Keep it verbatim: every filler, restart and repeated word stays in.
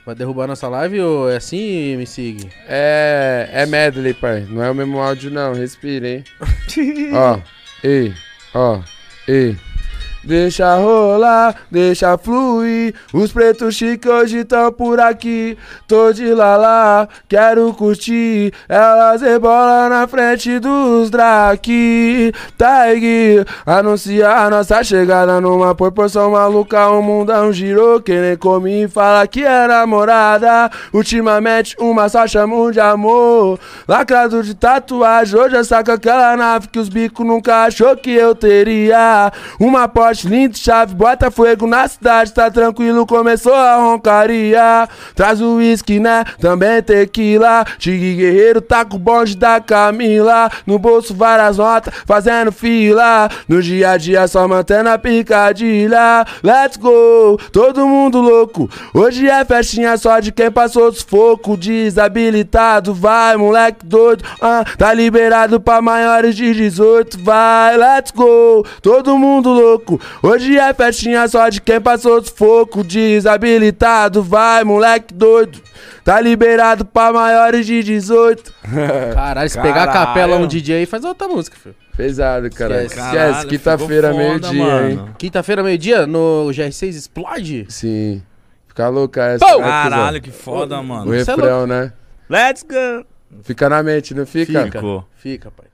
Vai derrubar nossa live ou é assim, me siga? É, é medley, pai. Não é o mesmo áudio, não. Respira, hein? Ó, ei, ó, ei. Deixa rolar, deixa fluir. Os pretos chiques hoje tão por aqui. Tô de lalá, quero curtir. Elas rebolam na frente dos drake. Tag, anunciar nossa chegada numa proporção maluca. O mundão girou, quem nem come fala que é namorada. Ultimamente uma só chamam de amor. Lacrado de tatuagem, hoje eu saco aquela nave que os bicos nunca achou que eu teria. Uma porta lindo, chave, bota fogo na cidade, tá tranquilo, começou a roncaria. Traz o uísque, né? Também tequila. Tigre Guerreiro tá com o bonde da Camila. No bolso várias notas, fazendo fila. No dia a dia só mantendo a picadilha. Let's go, todo mundo louco. Hoje é festinha só de quem passou sufoco. Desabilitado, vai moleque doido. ah, Tá liberado pra maiores de dezoito. Vai, let's go, todo mundo louco. Hoje é festinha só de quem passou sufoco. Desabilitado, vai moleque doido. Tá liberado pra maiores de dezoito. Caralho, se pegar a capela um D J aí, faz outra música, filho. Pesado, cara. Esquece. Esquece, quinta-feira, meio-dia, hein? Quinta-feira, meio-dia, no G R seis Explode? Sim. Fica louca essa. Pô! Né, Caralho, que foda, mano. o refrão, né? Let's go. Fica na mente, não fica? Fica, fica, pai.